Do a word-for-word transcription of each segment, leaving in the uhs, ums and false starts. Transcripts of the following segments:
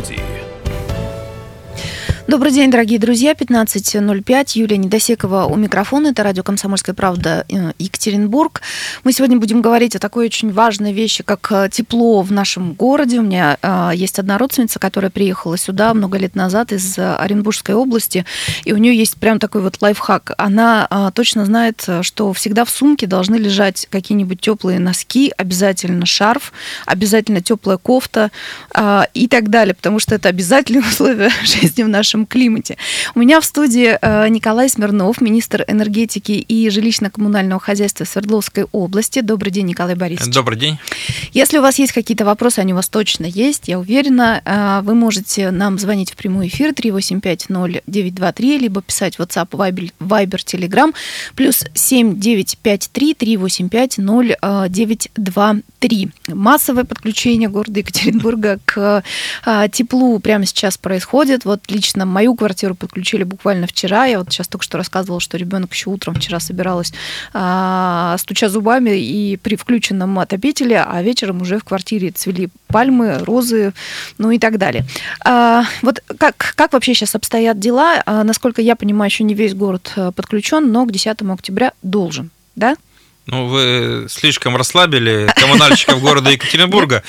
студии. Добрый день, дорогие друзья. пятнадцать ноль пять. Юлия Недосекова у микрофона. Это радио «Комсомольская правда» Екатеринбург. Мы сегодня будем говорить о такой очень важной вещи, как тепло в нашем городе. У меня э, есть одна родственница, которая приехала сюда много лет назад из Оренбургской области, и у нее есть прям такой вот лайфхак. Она э, точно знает, что всегда в сумке должны лежать какие-нибудь теплые носки, обязательно шарф, обязательно теплая кофта э, и так далее, потому что это обязательные условия жизни в нашем климате. У меня в студии Николай Смирнов, министр энергетики и жилищно-коммунального хозяйства Свердловской области. Добрый день, Николай Борисович. Добрый день. Если у вас есть какие-то вопросы, они у вас точно есть, я уверена, вы можете нам звонить в прямой эфир три восемь пять ноль девять два три, либо писать в WhatsApp, Viber, Viber, Telegram, плюс семь девять пять три три восемь пять ноль девять два три. Массовое подключение города Екатеринбурга к теплу прямо сейчас происходит. Вот лично мою квартиру подключили буквально вчера. Я вот сейчас только что рассказывала, что ребенок еще утром вчера собиралась, а, стуча зубами и при включенном отопителе, а вечером уже в квартире цвели пальмы, розы, ну и так далее. А, вот как, как вообще сейчас обстоят дела? А, насколько я понимаю, еще не весь город подключен, но к десятому октября должен, да? Ну, вы слишком расслабили коммунальщиков города Екатеринбурга.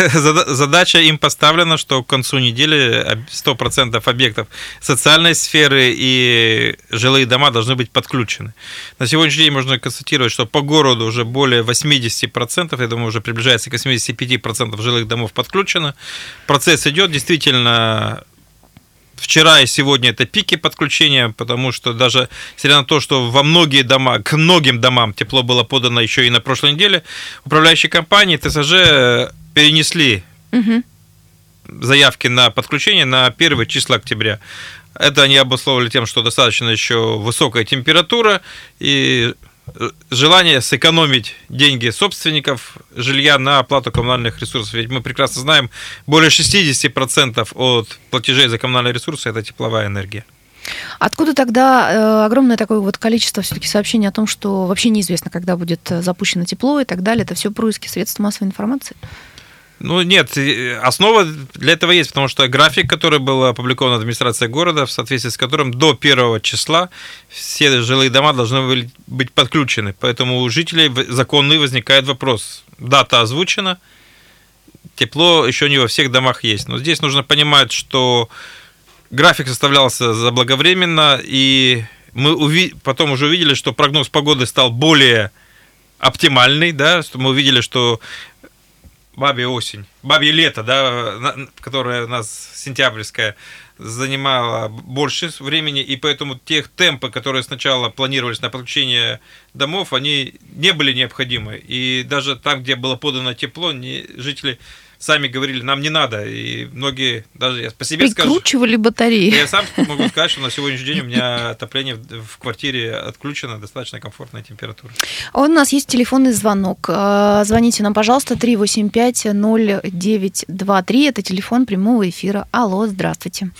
Задача им поставлена, что к концу недели сто процентов объектов социальной сферы и жилые дома должны быть подключены. На сегодняшний день можно констатировать, что по городу уже более восемьдесят процентов, я думаю, уже приближается к восемьдесят пять процентов жилых домов подключено. Процесс идет, действительно. Вчера и сегодня это пики подключения, потому что даже несмотря на то, что во многие дома, к многим домам тепло было подано еще и на прошлой неделе, управляющие компании ТСЖ перенесли угу. заявки на подключение на первое число октября. Это они обусловили тем, что достаточно еще высокая температура и желание сэкономить деньги собственников жилья на оплату коммунальных ресурсов. Ведь мы прекрасно знаем, более шестьдесят процентов от платежей за коммунальные ресурсы – это тепловая энергия. Откуда тогда э, огромное такое вот количество все-таки сообщений о том, что вообще неизвестно, когда будет запущено тепло и так далее? Это все происки средств массовой информации? Ну, нет, основа для этого есть, потому что график, который был опубликован администрацией города, в соответствии с которым до первого числа все жилые дома должны быть подключены. Поэтому у жителей законный возникает вопрос. Дата озвучена, тепло еще не во всех домах есть. Но здесь нужно понимать, что график составлялся заблаговременно, и мы уви... потом уже увидели, что прогноз погоды стал более оптимальный, да, что мы увидели, что бабья осень, бабье лето, да, которое у нас сентябрьское, занимало больше времени, и поэтому тех темпы, которые сначала планировались на подключение домов, они не были необходимы. И даже там, где было подано тепло, не, жители сами говорили, нам не надо. И многие, даже я по себе скажу... Прикручивали батареи. Я сам могу сказать, что на сегодняшний день у меня отопление в квартире отключено, достаточно комфортная температура. У нас есть телефонный звонок. Звоните нам, пожалуйста, три восемь пять ноль девять два три. Это телефон прямого эфира. Алло, здравствуйте.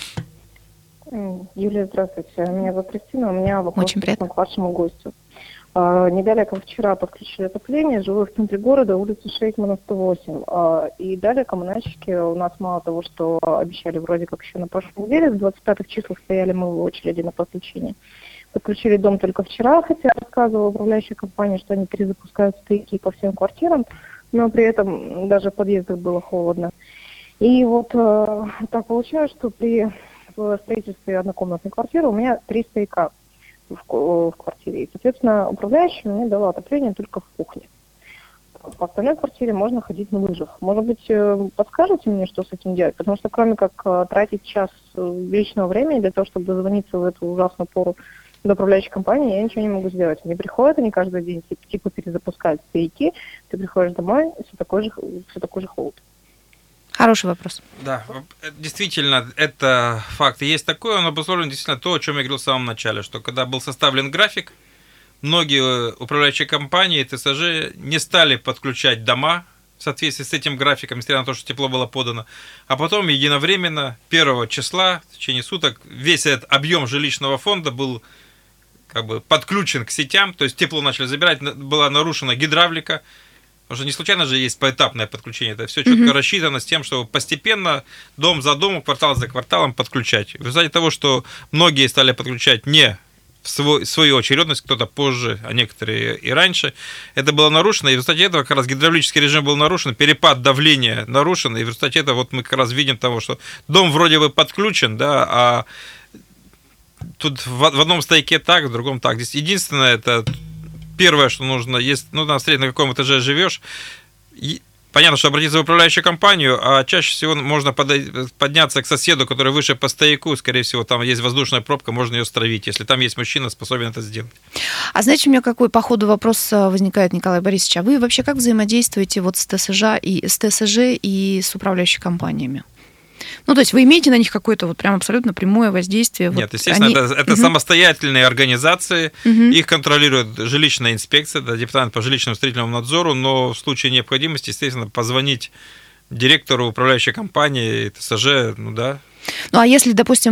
Юлия, здравствуйте. Меня зовут Кристина. У меня вопрос Очень приятно. К вашему гостю. Не далее, как вчера подключили отопление, живу в центре города, улица Шейхмана, сто восемь. И далее коммунальщики у нас мало того, что обещали вроде как еще на прошлой неделе, в двадцать пятых числах стояли мы в очереди на подключение. Подключили дом только вчера, хотя рассказывала управляющая компания, что они перезапускают стояки по всем квартирам, но при этом даже в подъездах было холодно. И вот э, так получилось, что при строительстве однокомнатной квартиры у меня три стояка в, в квартире. И, соответственно, управляющая мне дала отопление только в кухне. По остальной квартире можно ходить на лыжах. Может быть, подскажете мне, что с этим делать? Потому что кроме как тратить час личного времени для того, чтобы дозвониться в эту ужасную пору до управляющей компании, я ничего не могу сделать. Они приходят, они каждый день типа, типа перезапускают стояки, ты приходишь домой, и все такой же, все такой же холод. Хороший вопрос. Да, действительно, это факт. И есть такое, он обусловлен действительно то, о чем я говорил в самом начале, что когда был составлен график, многие управляющие компании, ТСЖ, не стали подключать дома в соответствии с этим графиком, несмотря на то, что тепло было подано. А потом единовременно первого числа, в течение суток, весь этот объем жилищного фонда был как бы подключен к сетям, то есть тепло начали забирать, была нарушена гидравлика, Потому что не случайно же есть поэтапное подключение. Это все четко mm-hmm. рассчитано с тем, чтобы постепенно, дом за домом, квартал за кварталом подключать. В результате того, что многие стали подключать не в свой, свою очередность, кто-то позже, а некоторые и раньше, это было нарушено. И в результате этого как раз гидравлический режим был нарушен, перепад давления нарушен. И в результате этого вот мы как раз видим того, что дом вроде бы подключен, да, а тут в одном стояке так, в другом так. Здесь единственное, это первое, что нужно, есть, ну, надо смотреть, на каком этаже живешь. Понятно, что обратиться в управляющую компанию, а чаще всего можно подняться к соседу, который выше по стояку, скорее всего, там есть воздушная пробка, можно ее стравить, если там есть мужчина, способен это сделать. А знаете, у меня какой по ходу вопрос возникает, Николай Борисович, а вы вообще как взаимодействуете вот с ТСЖ и с ТСЖ и с управляющими компаниями? Ну, то есть вы имеете на них какое-то вот прям абсолютно прямое воздействие? Нет, вот естественно, они... это, это угу. самостоятельные организации, угу. их контролирует жилищная инспекция, да, департамент по жилищному строительному надзору, но в случае необходимости, естественно, позвонить директору управляющей компании, ТСЖ, ну да. Ну, а если, допустим,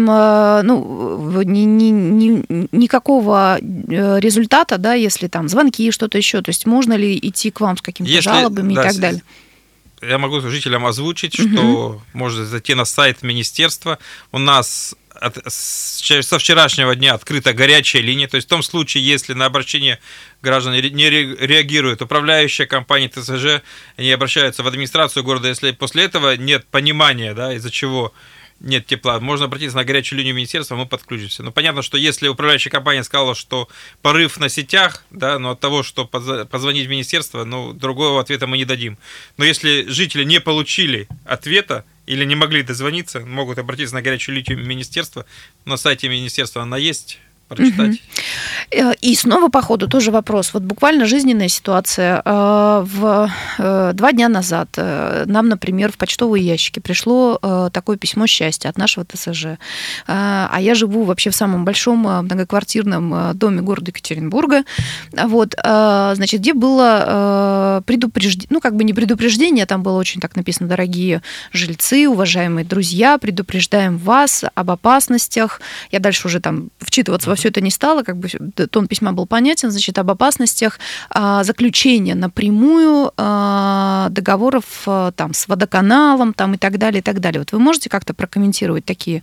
ну, ни, ни, ни, никакого результата, да, если там звонки, что-то еще, то есть можно ли идти к вам с какими-то если, жалобами да, и так далее? Я могу жителям озвучить, угу. что можно зайти на сайт министерства. У нас от, со вчерашнего дня открыта горячая линия. То есть в том случае, если на обращение граждан не реагирует управляющая компания ТСЖ, они обращаются в администрацию города. Если после этого нет понимания, да, из-за чего нет тепла, можно обратиться на горячую линию министерства, мы подключимся. Но понятно, что если управляющая компания сказала, что порыв на сетях, да, но от того, что позвонить в министерство, ну, другого ответа мы не дадим. Но если жители не получили ответа или не могли дозвониться, могут обратиться на горячую линию министерства. На сайте министерства она есть. Прочитать. И снова по ходу тоже вопрос. Вот буквально жизненная ситуация. В два дня назад нам, например, в почтовые ящики пришло такое письмо счастья от нашего ТСЖ. А я живу вообще в самом большом многоквартирном доме города Екатеринбурга. Вот, значит, где было предупреждение, ну, как бы не предупреждение, а там было очень так написано: дорогие жильцы, уважаемые друзья, предупреждаем вас об опасностях. Я дальше уже там вчитываться во все это не стало, как бы тон письма был понятен, значит, об опасностях а, заключения напрямую а, договоров а, там, с водоканалом там, и так далее, и так далее. Вот вы можете как-то прокомментировать такие,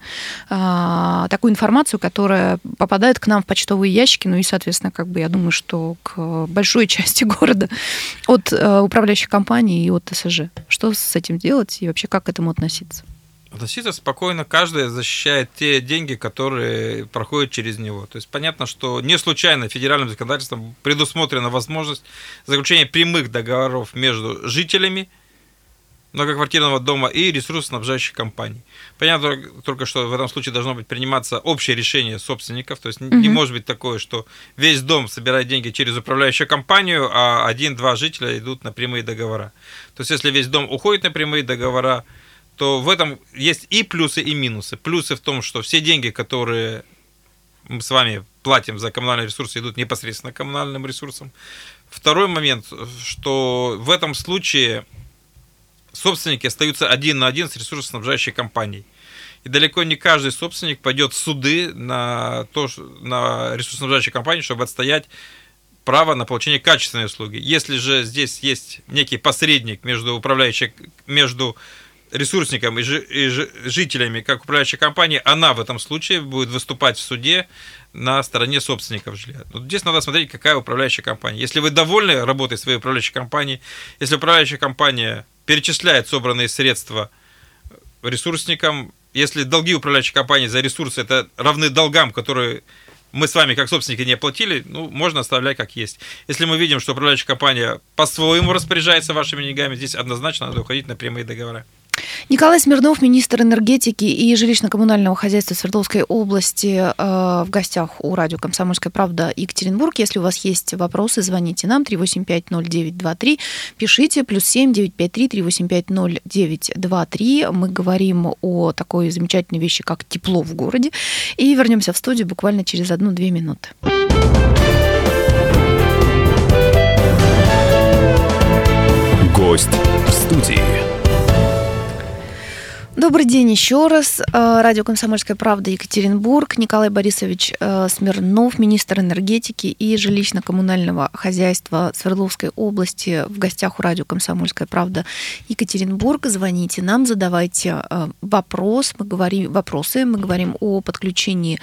а, такую информацию, которая попадает к нам в почтовые ящики, ну и, соответственно, как бы я думаю, что к большой части города от а, управляющих компаний и от ТСЖ. Что с этим делать и вообще как к этому относиться? Относиться спокойно, каждый защищает те деньги, которые проходят через него. То есть понятно, что не случайно федеральным законодательством предусмотрена возможность заключения прямых договоров между жителями многоквартирного дома и ресурсоснабжающих компаний. Понятно только, что в этом случае должно быть приниматься общее решение собственников. То есть mm-hmm. не может быть такое, что весь дом собирает деньги через управляющую компанию, а один-два жителя идут на прямые договора. То есть если весь дом уходит на прямые договора, то в этом есть и плюсы, и минусы. Плюсы в том, что все деньги, которые мы с вами платим за коммунальные ресурсы, идут непосредственно коммунальным ресурсам. Второй момент, что в этом случае собственники остаются один на один с ресурсоснабжающей компанией. И далеко не каждый собственник пойдет в суды на, то, на ресурсоснабжающую компанию, чтобы отстоять право на получение качественной услуги. Если же здесь есть некий посредник между управляющей, между ресурсником и, жи, и жи, жителями, как управляющей компании, она в этом случае будет выступать в суде на стороне собственников жилья. Вот здесь надо смотреть, какая управляющая компания. Если вы довольны работой своей управляющей компании, если управляющая компания перечисляет собранные средства ресурсникам, если долги управляющей компании за ресурсы это равны долгам, которые мы с вами как собственники не оплатили, ну, можно оставлять как есть. Если мы видим, что управляющая компания по-своему распоряжается вашими деньгами, здесь однозначно надо уходить на прямые договора. Николай Смирнов, министр энергетики и жилищно-коммунального хозяйства Свердловской области, э, в гостях у радио «Комсомольская правда» Екатеринбург. Если у вас есть вопросы, звоните нам три восемь пять ноль девять два три, пишите плюс семь девять пять три три восемь пять ноль девять два три. Мы говорим о такой замечательной вещи, как тепло в городе. И вернемся в студию буквально через одну-две минуты. Гость в студии. Добрый день еще раз. Радио «Комсомольская правда», Екатеринбург. Николай Борисович Смирнов, министр энергетики и жилищно-коммунального хозяйства Свердловской области, в гостях у радио «Комсомольская правда», Екатеринбург. Звоните нам, задавайте вопрос. Мы говорим, вопросы. Мы говорим о подключении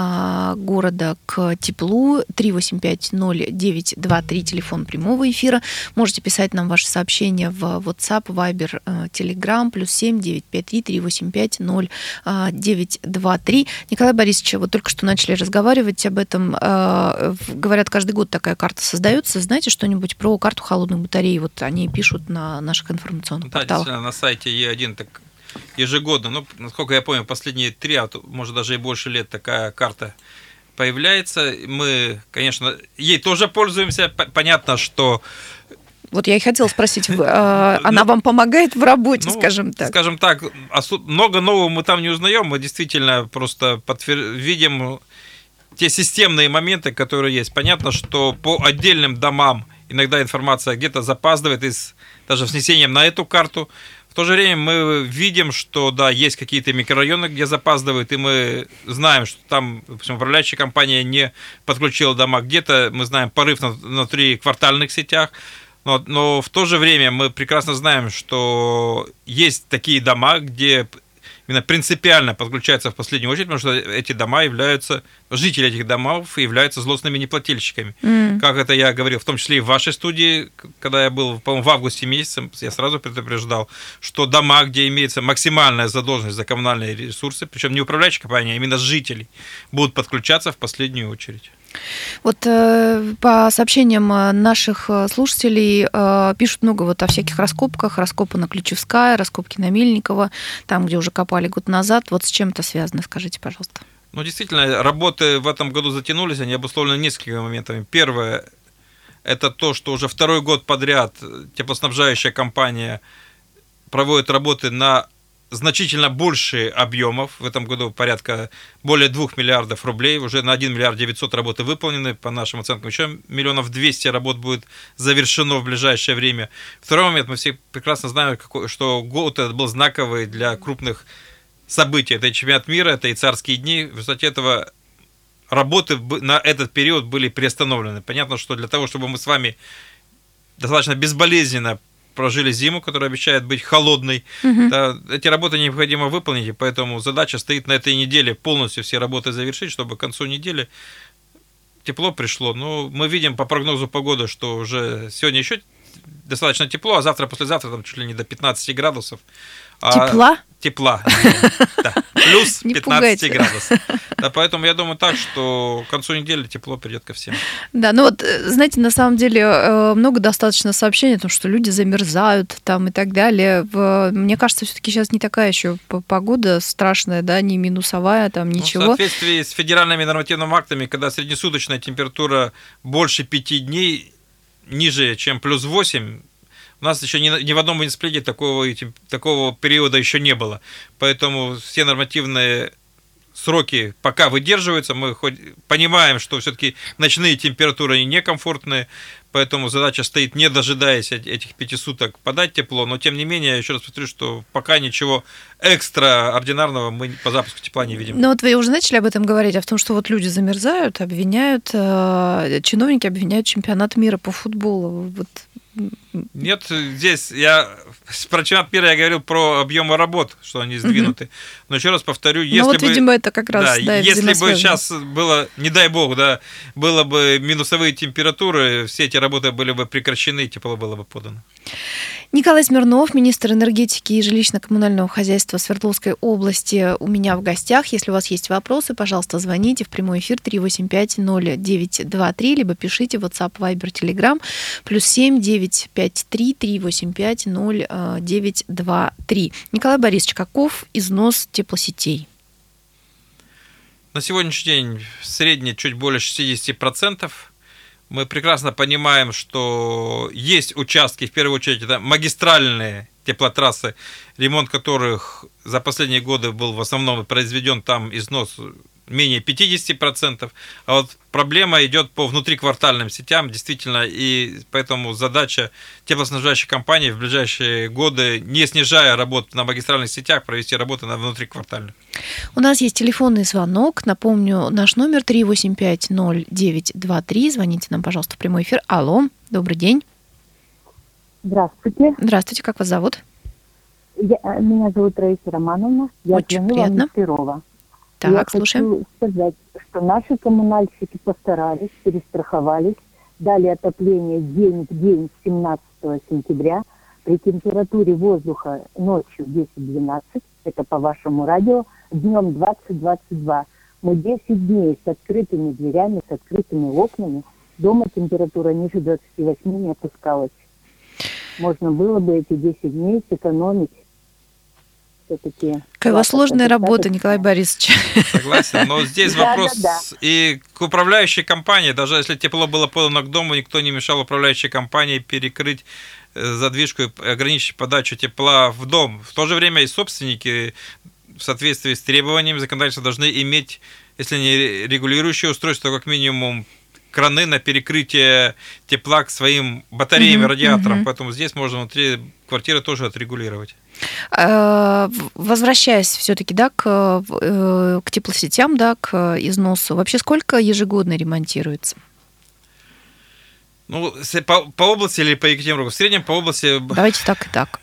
города к теплу. три восемь пять ноль девять два три, телефон прямого эфира. Можете писать нам ваши сообщения в WhatsApp, Viber, Telegram, плюс семь девять пять три три восемь пять ноль девять два три. Николай Борисович, вот только что начали разговаривать об этом. Говорят, каждый год такая карта создается. Знаете что-нибудь про карту холодных батарей? Вот они пишут на наших информационных да, порталах. Да, на сайте Е один так ежегодно, ну, насколько я помню, последние три, а может даже и больше лет такая карта появляется. Мы, конечно, ей тоже пользуемся. Понятно, что... Вот я и хотела спросить, она ну, вам помогает в работе, ну, скажем так? Скажем так, много нового мы там не узнаем, мы действительно просто подтвер... видим те системные моменты, которые есть. Понятно, что по отдельным домам иногда информация где-то запаздывает, из... даже с внесением на эту карту. В то же время мы видим, что да, есть какие-то микрорайоны, где запаздывают, и мы знаем, что там, допустим, управляющая компания не подключила дома. Где-то мы знаем порыв внутри квартальных сетях. Но, но в то же время мы прекрасно знаем, что есть такие дома, где именно принципиально подключаются в последнюю очередь, потому что эти дома являются, жители этих домов являются злостными неплательщиками. Mm. Как это я говорил, в том числе и в вашей студии, когда я был, по-моему, в августе месяце, я сразу предупреждал, что дома, где имеется максимальная задолженность за коммунальные ресурсы, причем не управляющая компания, а именно жителей, будут подключаться в последнюю очередь. Вот э, по сообщениям наших слушателей э, пишут много вот о всяких раскопках. Раскопы на Ключевская, раскопки на Мельникова, там, где уже копали год назад. Вот с чем это связано, скажите, пожалуйста. Ну, действительно, работы в этом году затянулись, они обусловлены несколькими моментами. Первое – это то, что уже второй год подряд теплоснабжающая компания проводит работы на значительно больше объемов. В этом году порядка более двух миллиардов рублей. Уже на один миллиард девятьсот работы выполнены. По нашим оценкам, еще миллионов двести работ будет завершено в ближайшее время. Второй момент. Мы все прекрасно знаем, что год этот был знаковый для крупных событий. Это и чемпионат мира, это и царские дни. В результате этого работы на этот период были приостановлены. Понятно, что для того, чтобы мы с вами достаточно безболезненно прожили зиму, которая обещает быть холодной. Угу. Да, эти работы необходимо выполнить, и поэтому задача стоит на этой неделе полностью все работы завершить, чтобы к концу недели тепло пришло. Но мы видим по прогнозу погоды, что уже сегодня еще достаточно тепло, а завтра, послезавтра там чуть ли не до пятнадцати градусов. Тепла? А, тепла, да. Плюс пятнадцать градусов. Да, поэтому я думаю так, что к концу недели тепло придет ко всем. Да, ну вот, знаете, на самом деле много достаточно сообщений о том, что люди замерзают там и так далее. Мне кажется, все-таки сейчас не такая еще погода страшная, да, не минусовая, там ничего. Ну, в соответствии с федеральными нормативными актами, когда среднесуточная температура больше пяти дней, ниже, чем плюс восемь, у нас еще ни, ни в одном муниципалитете такого, такого периода еще не было. Поэтому все нормативные сроки пока выдерживаются. Мы хоть понимаем, что все-таки ночные температуры некомфортные, поэтому задача стоит, не дожидаясь этих пяти суток, подать тепло. Но тем не менее, я еще раз повторю, что пока ничего экстраординарного мы по запуску тепла не видим. Ну вот вы уже начали об этом говорить, а в том, что вот люди замерзают, обвиняют, чиновники обвиняют чемпионат мира по футболу. Вот. Нет, здесь я про чемпионат мира я говорил про объемы работ, что они сдвинуты. Угу. Но еще раз повторю, если ну, вот, бы, видимо, это как раз, да, да, если бы сейчас было, не дай бог, да, было бы минусовые температуры, все эти работы были бы прекращены, тепло было бы подано. Николай Смирнов, министр энергетики и жилищно-коммунального хозяйства Свердловской области, у меня в гостях. Если у вас есть вопросы, пожалуйста, звоните в прямой эфир три восемь пять ноль девять два три, либо пишите в WhatsApp, Viber, Telegram, плюс семь девять пять три три восемь пять ноль девять два три. Николай Борисович, каков износ теплосетей? На сегодняшний день средний чуть более шестьдесят процентов. Мы прекрасно понимаем, что есть участки, в первую очередь, это магистральные теплотрассы, ремонт которых за последние годы был в основном произведен, там износ менее пятьдесят процентов, а вот проблема идет по внутриквартальным сетям, действительно, и поэтому задача теплоснабжающей компании в ближайшие годы, не снижая работу на магистральных сетях, провести работу на внутриквартальных. У нас есть телефонный звонок, напомню, наш номер три восемь пять ноль девять два три, звоните нам, пожалуйста, в прямой эфир. Алло, добрый день. Здравствуйте. Здравствуйте, как вас зовут? Я, меня зовут Раиса Романовна, я Очень звоню приятно. вам из Перова. Так, я слушаем. хочу сказать, что наши коммунальщики постарались, перестраховались, дали отопление день в день семнадцатого сентября при температуре воздуха ночью десять-двенадцать, это по вашему радио, днем двадцать-двадцать два. Мы десять дней с открытыми дверями, с открытыми окнами, дома температура ниже двадцати восьми не опускалась. Можно было бы эти десять дней сэкономить. Все-таки Какая у вас сложная работа, Николай Борисович. Согласен, но здесь Да, вопрос да, и к управляющей компании, даже если тепло было подано к дому, никто не мешал управляющей компании перекрыть задвижку и ограничить подачу тепла в дом. В то же время и собственники в соответствии с требованиями законодательства должны иметь, если не регулирующее устройство, то как минимум краны на перекрытие тепла к своим батареям и Мгм, радиаторам. мгм. Поэтому здесь можно внутри квартиры тоже отрегулировать. Э, Возвращаясь все-таки, да, к, э, к теплосетям, да, к износу, вообще сколько ежегодно ремонтируется? Ну, с- по, по области или по Екатеринбургу? В среднем по области Давайте так и так.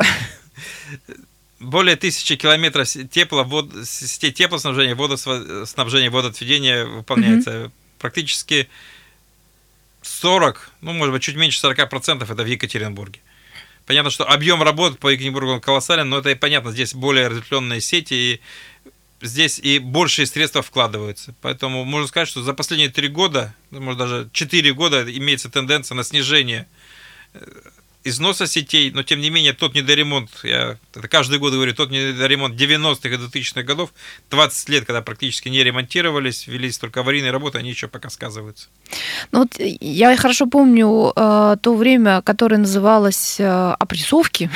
более тысячи километров с- тепло, вод, сетей теплоснабжения, водоснабжения, водоотведения выполняется. Практически сорок, ну, может быть, чуть меньше сорока процентов это в Екатеринбурге. Понятно, что объем работ по Екатеринбургу он колоссален, но это и понятно, здесь более разветвленные сети, и здесь и большие средства вкладываются. Поэтому можно сказать, что за последние три года, ну, может даже четыре года имеется тенденция на снижение износа сетей, но тем не менее тот недоремонт, я это каждый год говорю, тот недоремонт девяностых и двухтысячных годов, двадцать лет, когда практически не ремонтировались, велись только аварийные работы, они еще пока сказываются. Ну, вот я хорошо помню э, то время, которое называлось э, опрессовки.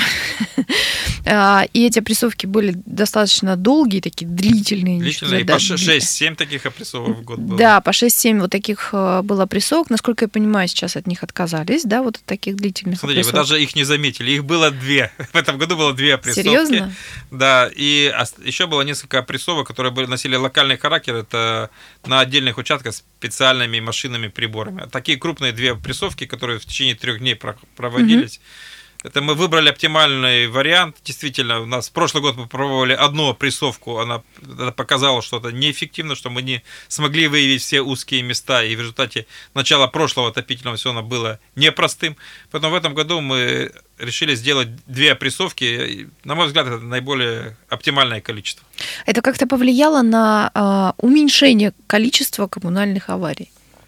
Э, И эти опрессовки были достаточно долгие, такие длительные. не Длительно, и сказать, по да, шесть-семь таких опрессовок в год было. Да, по шесть-семь вот таких э, было опрессовок. Насколько я понимаю, сейчас от них отказались, да, вот от таких длительных Смотрите, вы опрессовок. даже их не заметили, их было две. В этом году было две опрессовки. Серьезно? Да, и ос- еще было несколько опрессовок, которые были, носили локальный характер, это на отдельных участках специальными машинами, приборами. А такие крупные две опрессовки, которые в течение трех дней про- проводились, это мы выбрали оптимальный вариант. Действительно, у нас в прошлый год мы пробовали одну опрессовку, она это показала, что это неэффективно, что мы не смогли выявить все узкие места, и в результате начало прошлого отопительного сезона было непростым. Поэтому в этом году мы решили сделать две опрессовки. И, на мой взгляд, это наиболее оптимальное количество. Это как-то повлияло на э, уменьшение количества коммунальных аварий?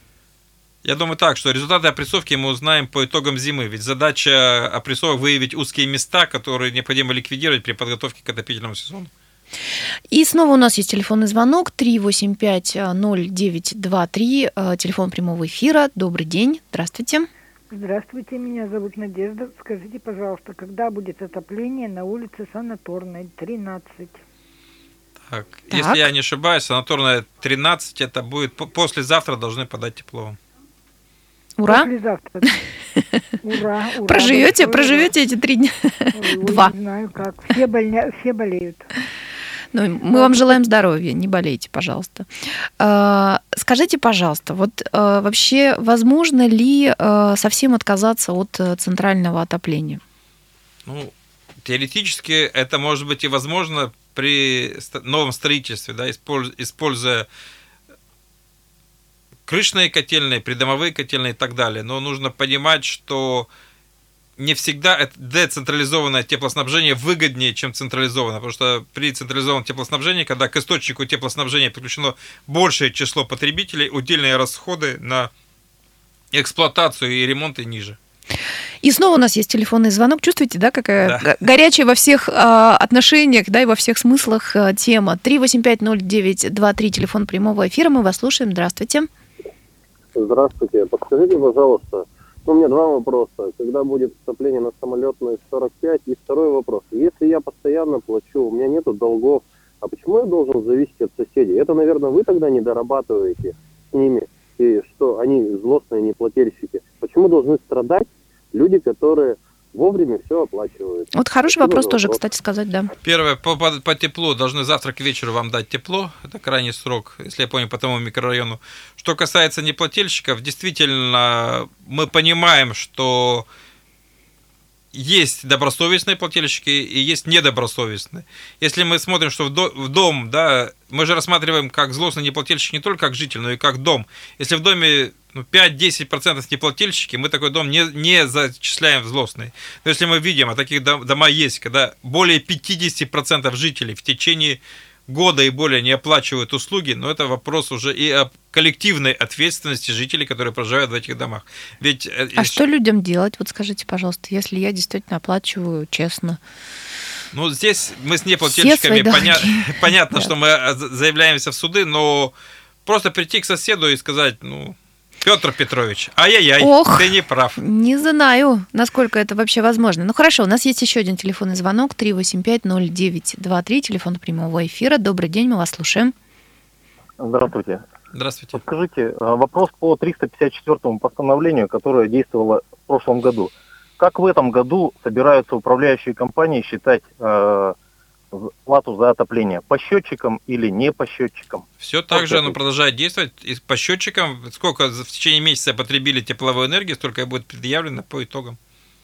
Я думаю так, что результаты опрессовки мы узнаем по итогам зимы, ведь задача опрессовок выявить узкие места, которые необходимо ликвидировать при подготовке к отопительному сезону. И снова у нас есть телефонный звонок три восемь пять ноль девять два три, э, телефон прямого эфира. Добрый день, здравствуйте. Здравствуйте, меня зовут Надежда. Скажите, пожалуйста, когда будет отопление на улице Санаторной, тринадцать? Так, Так. если я не ошибаюсь, санаторная тринадцать, это будет по- послезавтра должны подать тепло. Ура! Послезавтра. Ура, ура. Проживете, большое проживете эти три дня? ура. Ой, ой, Два. Не знаю как. Все, больня... Все болеют. Ну, мы вам желаем здоровья, не болейте, пожалуйста. Э, Скажите, пожалуйста, вот э, вообще возможно ли э, совсем отказаться от э, центрального отопления? Ну, теоретически это может быть и возможно при ст- новом строительстве, да, использ- используя крышные котельные, придомовые котельные и так далее. Но нужно понимать, что не всегда это децентрализованное теплоснабжение выгоднее, чем централизованное, потому что при централизованном теплоснабжении, когда к источнику теплоснабжения подключено большее число потребителей, удельные расходы на эксплуатацию и ремонты ниже. И снова у нас есть телефонный звонок. Чувствуете, да, какая Да. го- горячая во всех э, отношениях, да, и во всех смыслах э, тема. три восемь пять ноль девять два три, телефон прямого эфира. Мы вас слушаем. Здравствуйте. Здравствуйте. Подскажите, пожалуйста, ну, у меня два вопроса. Когда будет отопление на Самолетной сорок пять? И второй вопрос. Если я постоянно плачу, у меня нету долгов, А почему я должен зависеть от соседей? Это, наверное, вы тогда не дорабатываете с ними, и что они злостные неплательщики. Почему должны страдать люди, которые вовремя все оплачивают? Вот хороший Это вопрос тоже тоже, вопрос. кстати, сказать, да. Первое, по, по, по теплу должны завтра к вечеру вам дать тепло, это крайний срок, если я помню, по тому микрорайону. Что касается неплательщиков, действительно, мы понимаем, что есть добросовестные плательщики и есть недобросовестные. Если мы смотрим, что в, до, в дом, да, мы же рассматриваем как злостный неплательщик не только как житель, но и как дом. Если в доме ну, пять-десять процентов неплательщики, мы такой дом не, не зачисляем в злостный. Но если мы видим, а таких дома есть, когда более пятьдесят процентов жителей в течение года и более не оплачивают услуги, но это вопрос уже и о коллективной ответственности жителей, которые проживают в этих домах. Ведь... А что людям делать? Вот скажите, пожалуйста, если я действительно оплачиваю честно. Ну, здесь мы с неплательщиками, поня... понятно, да. что мы заявляемся в суды, но просто прийти к соседу и сказать, ну, Петр Петрович, ай-яй-яй, Ох, ты не прав. Не знаю, насколько это вообще возможно. Ну хорошо, у нас есть еще один телефонный звонок, три восемь пять ноль девять два три, телефон прямого эфира. Добрый день, мы вас слушаем. Здравствуйте. Здравствуйте. Подскажите, вопрос по триста пятьдесят четвёртому постановлению, которое действовало в прошлом году. Как в этом году собираются управляющие компании считать э, плату за отопление? По счетчикам или не по счетчикам? Все так же оно продолжает действовать. И по счетчикам, сколько в течение месяца потребили тепловой энергии, столько и будет предъявлено по итогам.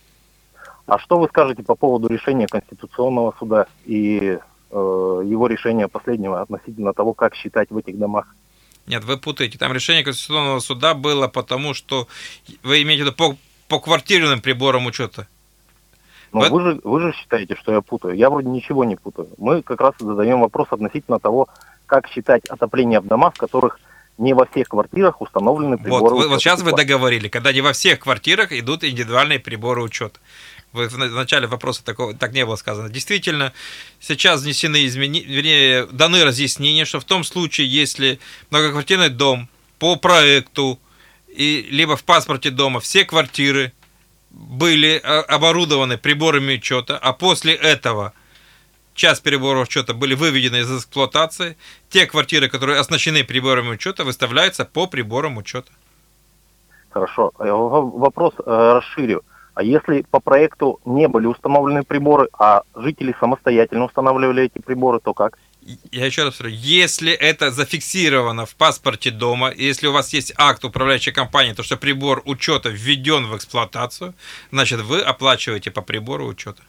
А что вы скажете по поводу решения Конституционного суда и э, его решения последнего относительно того, как считать в этих домах? Нет, вы путаете. Там решение Конституционного суда было потому, что вы имеете в виду по, по квартирным приборам учета. Но вы же, вы же считаете, что я путаю. Я вроде ничего не путаю. Мы как раз задаем вопрос относительно того, как считать отопление в домах, в которых не во всех квартирах установлены приборы вот, учета. Вот сейчас тепла. вы договорили, когда не во всех квартирах идут индивидуальные приборы учета. Вы в начале вопроса такого, так не было сказано. Действительно, сейчас внесены изменения, вернее, даны разъяснения, что в том случае, если многоквартирный дом по проекту и либо в паспорте дома все квартиры были оборудованы приборами учета, а после этого часть приборов учета были выведены из эксплуатации, те квартиры, которые оснащены приборами учета, выставляются по приборам учета. Хорошо. Вопрос расширю. А если по проекту не были установлены приборы, а жители самостоятельно устанавливали эти приборы, то как? Я еще раз говорю, если это зафиксировано в паспорте дома, и если у вас есть акт управляющей компании, то что прибор учета введен в эксплуатацию, значит вы оплачиваете по прибору учета.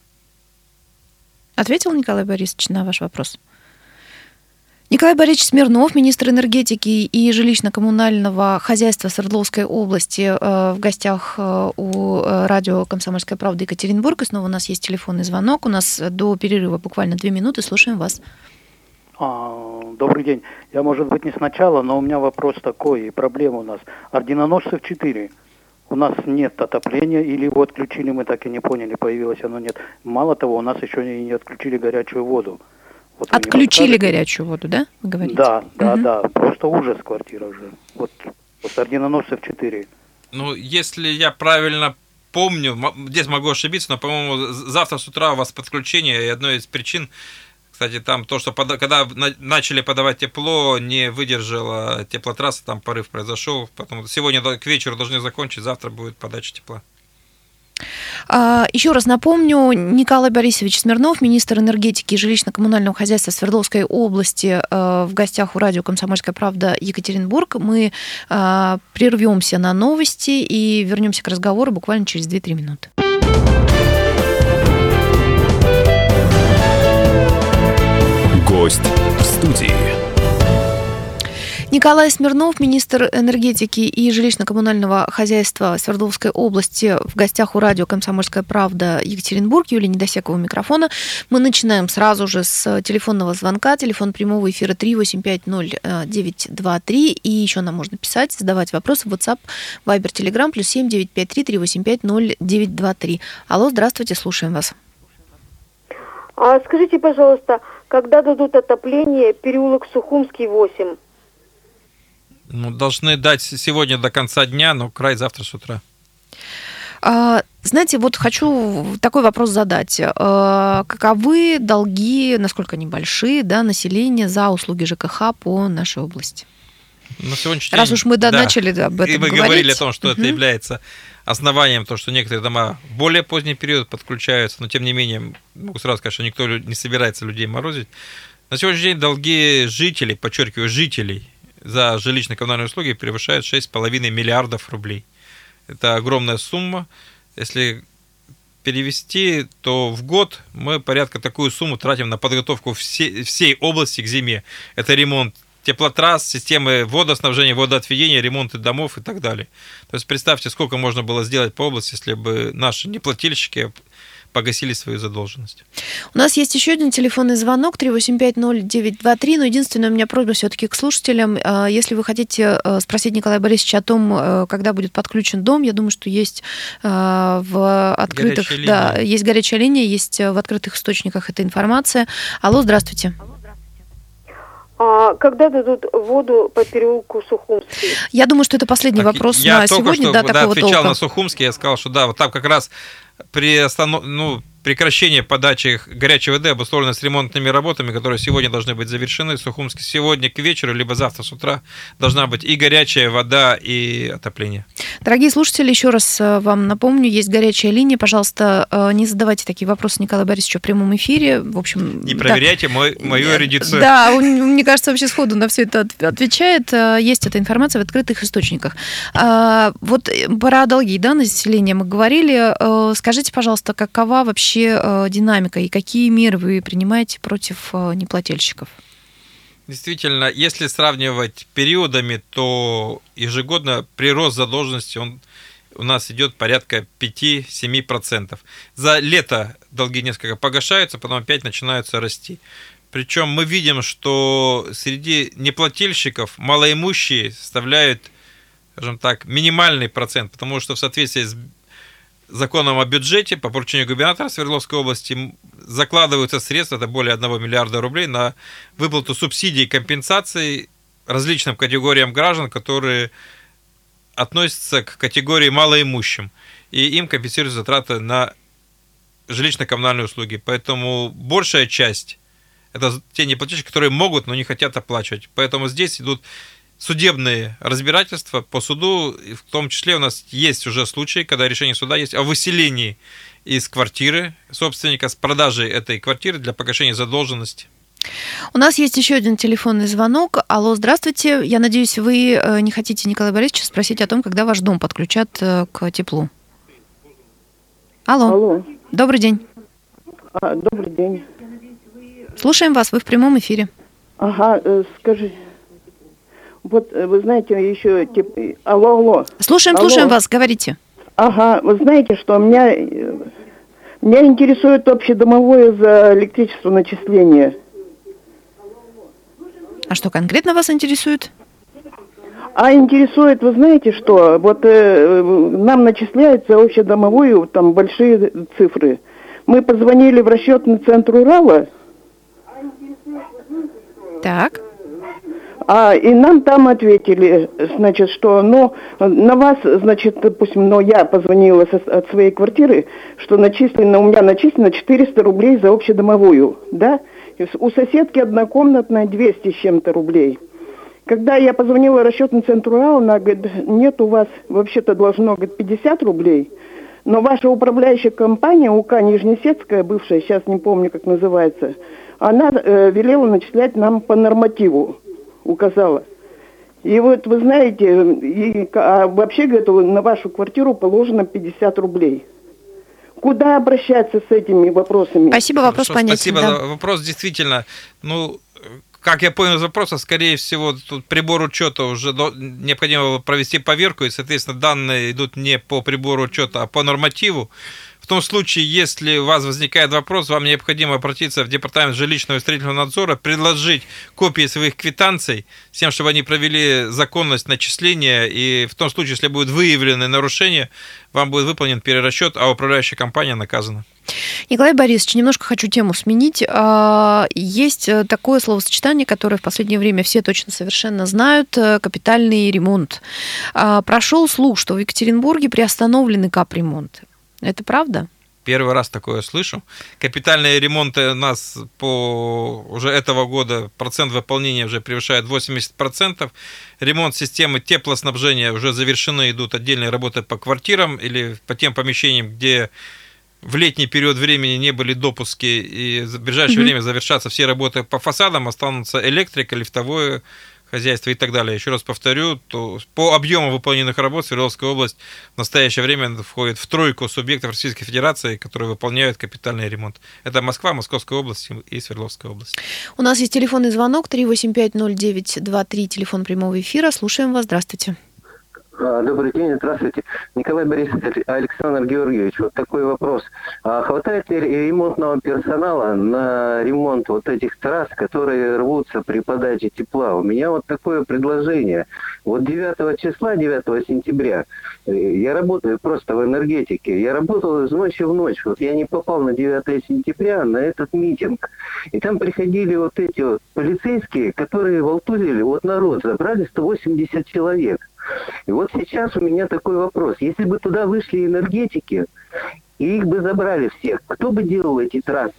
Ответил Николай Борисович на ваш вопрос? Николай Борисович Смирнов, министр энергетики и жилищно-коммунального хозяйства Свердловской области, в гостях у радио «Комсомольская правда» Екатеринбург. И снова у нас есть телефонный звонок. У нас до перерыва буквально две минуты. Слушаем вас. А, добрый день. Я, может быть, не сначала, но у меня вопрос такой, и проблема у нас. Орденоносцев четыре. У нас нет отопления, или его отключили, мы так и не поняли, появилось оно, нет. Мало того, у нас еще и не отключили горячую воду. Вот отключили горячую воду, да, вы говорите? Да, да, угу. да. Просто ужас в квартирах же. Вот, вот орденоносцев четыре. Ну, если я правильно помню, здесь могу ошибиться, но, по-моему, завтра с утра у вас подключение, и одной из причин, кстати, там то, что пода- когда начали подавать тепло, не выдержала теплотрасса, там порыв произошел, поэтому сегодня к вечеру должны закончить, завтра будет подача тепла. Еще раз напомню, Николай Борисович Смирнов, министр энергетики и жилищно-коммунального хозяйства Свердловской области, в гостях у радио «Комсомольская правда» Екатеринбург. Мы прервемся на новости и вернемся к разговору буквально через две-три минуты. Гость в студии. Николай Смирнов, министр энергетики и жилищно-коммунального хозяйства Свердловской области, в гостях у радио «Комсомольская правда» Екатеринбург. Юлия Недосекова у микрофона. Мы начинаем сразу же с телефонного звонка. Телефон прямого эфира три восемь пять ноль девять два три. И еще нам можно писать, задавать вопросы в WhatsApp, Viber, Telegram, плюс семь девять пять три три восемь пять ноль девять два три. Алло, здравствуйте, слушаем вас. А скажите, пожалуйста, когда дадут отопление, переулок Сухумский, восемь? Ну, должны дать сегодня до конца дня, но край завтра с утра. Знаете, вот хочу такой вопрос задать. Каковы долги, насколько они большие, да, населения за услуги ЖКХ по нашей области? На сегодняшний день, раз уж мы да, да, начали да, об этом и мы говорить. говорили о том, что угу. это является основанием, то, что некоторые дома в более поздний период подключаются, но тем не менее, могу сразу сказать, что никто не собирается людей морозить. На сегодняшний день долги жителей, подчеркиваю, жителей за жилищно-коммунальные услуги превышают шесть с половиной миллиардов рублей. Это огромная сумма. Если перевести, то в год мы порядка такую сумму тратим на подготовку всей, всей области к зиме. Это ремонт теплотрасс, системы водоснабжения, водоотведения, ремонты домов и так далее. То есть представьте, сколько можно было сделать по области, если бы наши неплательщики погасили свою задолженность. У нас есть еще один телефонный звонок три восемь пять ноль девять два три, но единственная у меня просьба все-таки к слушателям. Если вы хотите спросить Николая Борисовича о том, когда будет подключен дом, я думаю, что есть в открытых... Горячая да, линия. есть горячая линия, есть в открытых источниках эта информация. Алло, здравствуйте. А когда дадут воду по переулку Сухумский? Я думаю, что это последний Так, вопрос я на только сегодня. что, Да, да, такого отвечал толка. на Сухумский, я сказал, что да, вот там как раз при останов... ну, прекращение подачи горячей воды обусловлено с ремонтными работами, которые сегодня должны быть завершены. В Сухумске сегодня к вечеру, либо завтра с утра должна быть и горячая вода, и отопление. Дорогие слушатели, еще раз вам напомню, есть горячая линия. Пожалуйста, не задавайте такие вопросы Николаю Борисовичу в прямом эфире. В общем, Не проверяйте да. мой, мою эрудицию. Да, он, мне кажется, вообще сходу на все это отвечает. Есть эта информация в открытых источниках. Вот про долги, да, населения мы говорили. Скажите, пожалуйста, какова вообще динамика и какие меры вы принимаете против неплательщиков? Действительно, если сравнивать периодами, то ежегодно прирост задолженности он у нас идет порядка пять-семь процентов. За лето долги несколько погашаются, потом опять начинаются расти. Причем мы видим, что среди неплательщиков малоимущие составляют, скажем так, минимальный процент, потому что в соответствии с законом о бюджете по поручению губернатора Свердловской области закладываются средства, это более одного миллиарда рублей, на выплату субсидий и компенсаций различным категориям граждан, которые относятся к категории малоимущим, и им компенсируют затраты на жилищно-коммунальные услуги. Поэтому большая часть – это те неплательщики, которые могут, но не хотят оплачивать. Поэтому здесь идут судебные разбирательства по суду, в том числе у нас есть уже случаи, когда решение суда есть о выселении из квартиры собственника с продажей этой квартиры для погашения задолженности. У нас есть еще один телефонный звонок. Алло, здравствуйте. Я надеюсь, вы не хотите Николая Борисовича спросить о том, когда ваш дом подключат к теплу. Алло. Алло. Добрый день. А, добрый день. Слушаем вас, вы в прямом эфире. Ага, э, скажи... Вот, вы знаете, еще... Тип... Алло, алло. Слушаем, алло. слушаем вас, говорите. Ага, вы знаете, что меня, меня интересует общедомовое за электричество начисление. А что конкретно вас интересует? А интересует, вы знаете что, вот э, нам начисляется общедомовую, там большие цифры. Мы позвонили в расчетный центр Урала. Так. А, и нам там ответили, значит, что, ну, на вас, значит, допустим, ну, я позвонила со, от своей квартиры, что начислено, у меня начислено четыреста рублей за общедомовую, да? У соседки однокомнатная двести с чем-то рублей. Когда я позвонила в расчетный центр Урал, она говорит, нет, у вас вообще-то должно, говорит, пятьдесят рублей, но ваша управляющая компания, УК Нижнесецкая, бывшая, сейчас не помню, как называется, она э, велела начислять нам по нормативу. Указала. И вот вы знаете, и, а вообще, говорит, на вашу квартиру положено пятьдесят рублей. Куда обращаться с этими вопросами? Спасибо, вопрос Хорошо, понятен. Спасибо да. за вопрос. Действительно, ну, как я понял из вопроса, скорее всего, тут прибор учета уже до... необходимо провести поверку, и, соответственно, данные идут не по прибору учета, а по нормативу. В том случае, если у вас возникает вопрос, вам необходимо обратиться в Департамент жилищного и строительного надзора, предложить копии своих квитанций с тем, чтобы они провели законность начисления, и в том случае, если будут выявлены нарушения, вам будет выполнен перерасчет, а управляющая компания наказана. Николай Борисович, немножко хочу тему сменить. Есть такое словосочетание, которое в последнее время все точно совершенно знают, капитальный ремонт. Прошел слух, что в Екатеринбурге приостановлены капремонты. Это правда? Первый раз такое слышу. Капитальные ремонты у нас по уже этого года процент выполнения уже превышает восемьдесят процентов. Ремонт системы теплоснабжения уже завершены, идут отдельные работы по квартирам или по тем помещениям, где в летний период времени не были допуски, и в ближайшее mm-hmm. время завершатся все работы по фасадам, останутся электрика, лифтовое хозяйство и так далее. Еще раз повторю, то по объему выполненных работ Свердловская область в настоящее время входит в тройку субъектов Российской Федерации, которые выполняют капитальный ремонт. Это Москва, Московская область и Свердловская область. У нас есть телефонный звонок три восемь пять ноль девять два три, телефон прямого эфира. Слушаем вас. Здравствуйте. Добрый день, здравствуйте. Николай Борисович, Александр Георгиевич, вот такой вопрос. А хватает ли ремонтного персонала на ремонт вот этих трасс, которые рвутся при подаче тепла? У меня вот такое предложение. Вот девятого числа, девятого сентября, я работаю просто в энергетике. Я работал из ночи в ночь. Вот я не попал на девятое сентября на этот митинг. И там приходили вот эти вот полицейские, которые волтузили, вот народ, забрали сто восемьдесят человек. И вот сейчас у меня такой вопрос. Если бы туда вышли энергетики, и их бы забрали всех, кто бы делал эти трассы?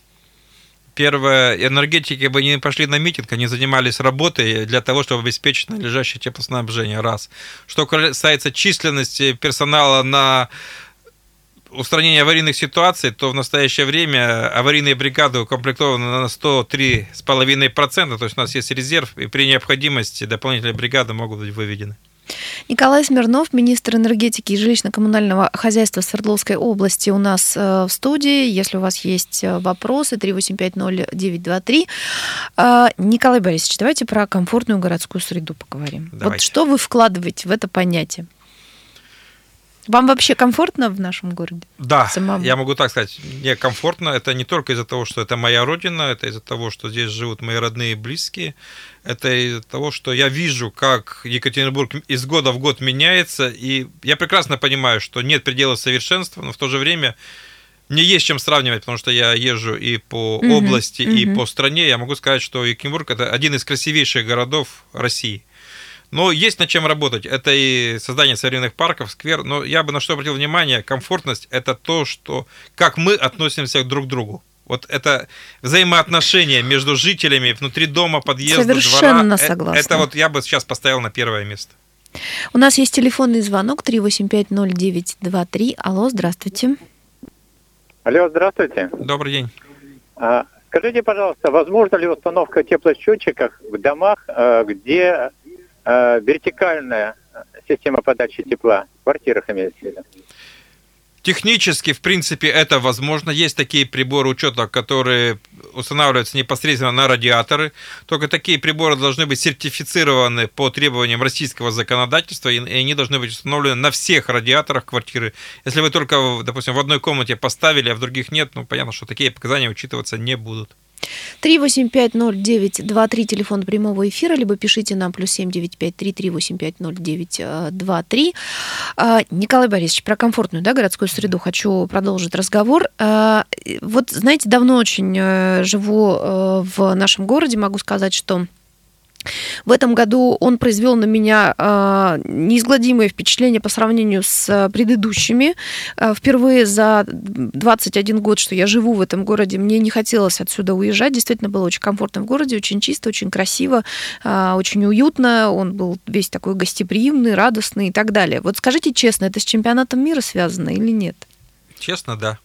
Первое, энергетики бы не пошли на митинг, они занимались работой для того, чтобы обеспечить надлежащее теплоснабжение. Раз. Что касается численности персонала на устранение аварийных ситуаций, то в настоящее время аварийные бригады укомплектованы на сто три с половиной процента, то есть у нас есть резерв, и при необходимости дополнительные бригады могут быть выведены. Николай Смирнов, министр энергетики и жилищно-коммунального хозяйства Свердловской области, у нас в студии. Если у вас есть вопросы, три восемь пять ноль девять два три. Николай Борисович, давайте про комфортную городскую среду поговорим. Давайте. Вот что вы вкладываете в это понятие? Вам вообще комфортно в нашем городе? Да, самому? Я могу так сказать, мне комфортно. Это не только из-за того, что это моя родина, это из-за того, что здесь живут мои родные и близкие. Это из-за того, что я вижу, как Екатеринбург из года в год меняется. И я прекрасно понимаю, что нет предела совершенства, но в то же время мне есть чем сравнивать, потому что я езжу и по uh-huh, области, uh-huh. и по стране. Я могу сказать, что Екатеринбург – это один из красивейших городов России. Но есть над чем работать. Это и создание современных парков, сквер. Но я бы на что обратил внимание, комфортность – это то, что как мы относимся друг к другу. Вот это взаимоотношения между жителями внутри дома, подъезда, Совершенно двора. Согласна. Это вот я бы сейчас поставил на первое место. У нас есть телефонный звонок три восемь пять ноль девять два три. Алло, здравствуйте. Алло, здравствуйте. Добрый день. А, скажите, пожалуйста, возможно ли установка теплосчетчиков в домах, где вертикальная система подачи тепла, в квартирах имеется в виду? Технически, в принципе, это возможно. Есть такие приборы учета, которые устанавливаются непосредственно на радиаторы. Только такие приборы должны быть сертифицированы по требованиям российского законодательства, и они должны быть установлены на всех радиаторах квартиры. Если вы только, допустим, в одной комнате поставили, а в других нет, ну, понятно, что такие показания учитываться не будут. три восемь пять ноль девять два три, телефон прямого эфира, либо пишите нам плюс семь девять пять три три восемь пять ноль девять два три. Николай Борисович, про комфортную, да, городскую среду хочу продолжить разговор. Вот, знаете, давно очень живу в нашем городе, могу сказать, что в этом году он произвел на меня э, неизгладимое впечатление по сравнению с предыдущими. Э, впервые за двадцать один год, что я живу в этом городе, мне не хотелось отсюда уезжать. Действительно было очень комфортно в городе, очень чисто, очень красиво, э, очень уютно. Он был весь такой гостеприимный, радостный и так далее. Вот скажите честно, это с чемпионатом мира связано или нет? Честно, да.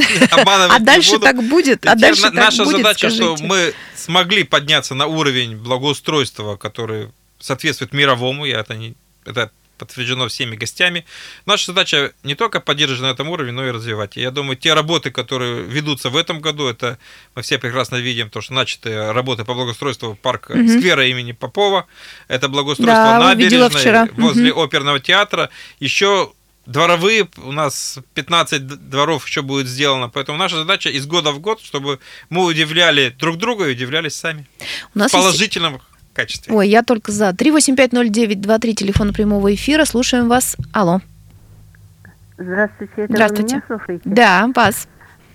А дальше так будет? А дальше так будет, наша задача, что мы смогли подняться на уровень благоустройства, который соответствует мировому, я это, не, это подтверждено всеми гостями. Наша задача не только поддерживать на этом уровне, но и развивать. И я думаю, те работы, которые ведутся в этом году, это мы все прекрасно видим, то, что начатые работы по благоустройству парка угу. сквера имени Попова, это благоустройство да, набережной возле угу. оперного театра. Еще дворовые, у нас пятнадцать дворов еще будет сделано, поэтому наша задача из года в год, чтобы мы удивляли друг друга и удивлялись сами. У нас в положительном есть... качестве. Ой, я только за. три восемь пять ноль девять два три, телефон прямого эфира, слушаем вас. Алло. Здравствуйте, это Здравствуйте. Вы меня слушаете? Да, вас.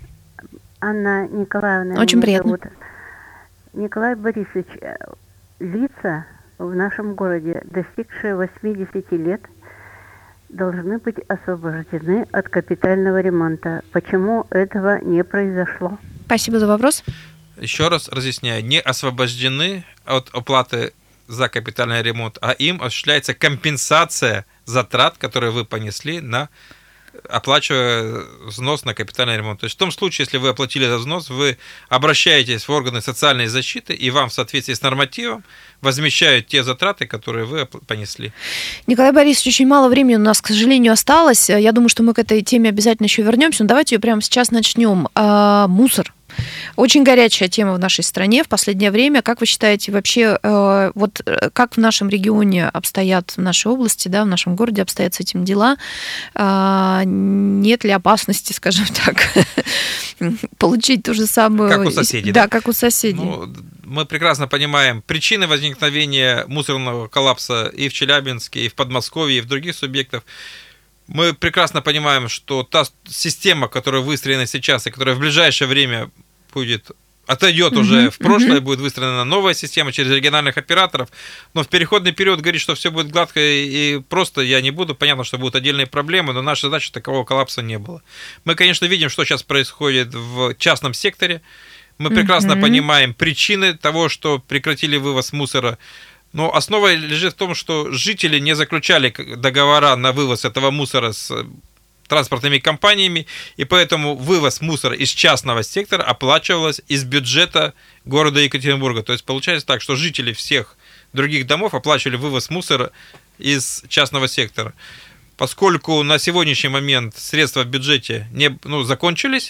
Анна Николаевна. Очень приятно. Зовут. Николай Борисович, лица в нашем городе, достигшие восьмидесяти лет, должны быть освобождены от капитального ремонта. Почему этого не произошло? Спасибо за вопрос. Еще раз разъясняю, не освобождены от оплаты за капитальный ремонт, а им осуществляется компенсация затрат, которые вы понесли на оплачивая взнос на капитальный ремонт. То есть в том случае, если вы оплатили этот взнос, вы обращаетесь в органы социальной защиты, и вам в соответствии с нормативом возмещают те затраты, которые вы понесли. Николай Борисович, очень мало времени у нас, к сожалению, осталось. Я думаю, что мы к этой теме обязательно еще вернемся. Но давайте ее прямо сейчас начнем. А, мусор. Очень горячая тема в нашей стране в последнее время. Как вы считаете, вообще, э, вот как в нашем регионе обстоят, в нашей области, да, в нашем городе обстоят с этим дела? Э, нет ли опасности, скажем так, получить ту же самую... Как у соседей. Да, да? как у соседей. Ну, мы прекрасно понимаем причины возникновения мусорного коллапса и в Челябинске, и в Подмосковье, и в других субъектах. Мы прекрасно понимаем, что та система, которая выстроена сейчас, и которая в ближайшее время будет, отойдет uh-huh, уже в прошлое, uh-huh. будет выстроена новая система через региональных операторов, но в переходный период говорит, что все будет гладко и просто, я не буду, понятно, что будут отдельные проблемы, но наша задача такого коллапса не было. Мы, конечно, видим, что сейчас происходит в частном секторе, мы прекрасно uh-huh. понимаем причины того, что прекратили вывоз мусора. Но основа лежит в том, что жители не заключали договора на вывоз этого мусора с транспортными компаниями, и поэтому вывоз мусора из частного сектора оплачивалось из бюджета города Екатеринбурга. То есть получается так, что жители всех других домов оплачивали вывоз мусора из частного сектора. Поскольку на сегодняшний момент средства в бюджете не, ну, закончились,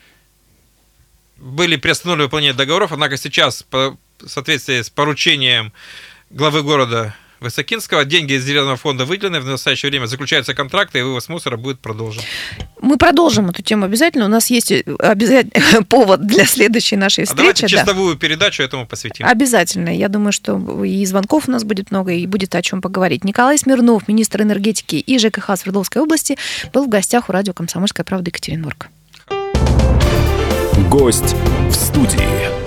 были приостановлены выполнение договоров, однако сейчас, в соответствии с поручением главы города Высокинского, деньги из зеленого фонда выделены, в настоящее время заключаются контракты, и вывоз мусора будет продолжен. Мы продолжим эту тему обязательно. У нас есть обязательно повод для следующей нашей встречи. А давайте часовую да. передачу этому посвятим. Обязательно. Я думаю, что и звонков у нас будет много, и будет о чем поговорить. Николай Смирнов, министр энергетики и ЖКХ Свердловской области, был в гостях у радио «Комсомольская правда» Екатеринбург. Гость в студии.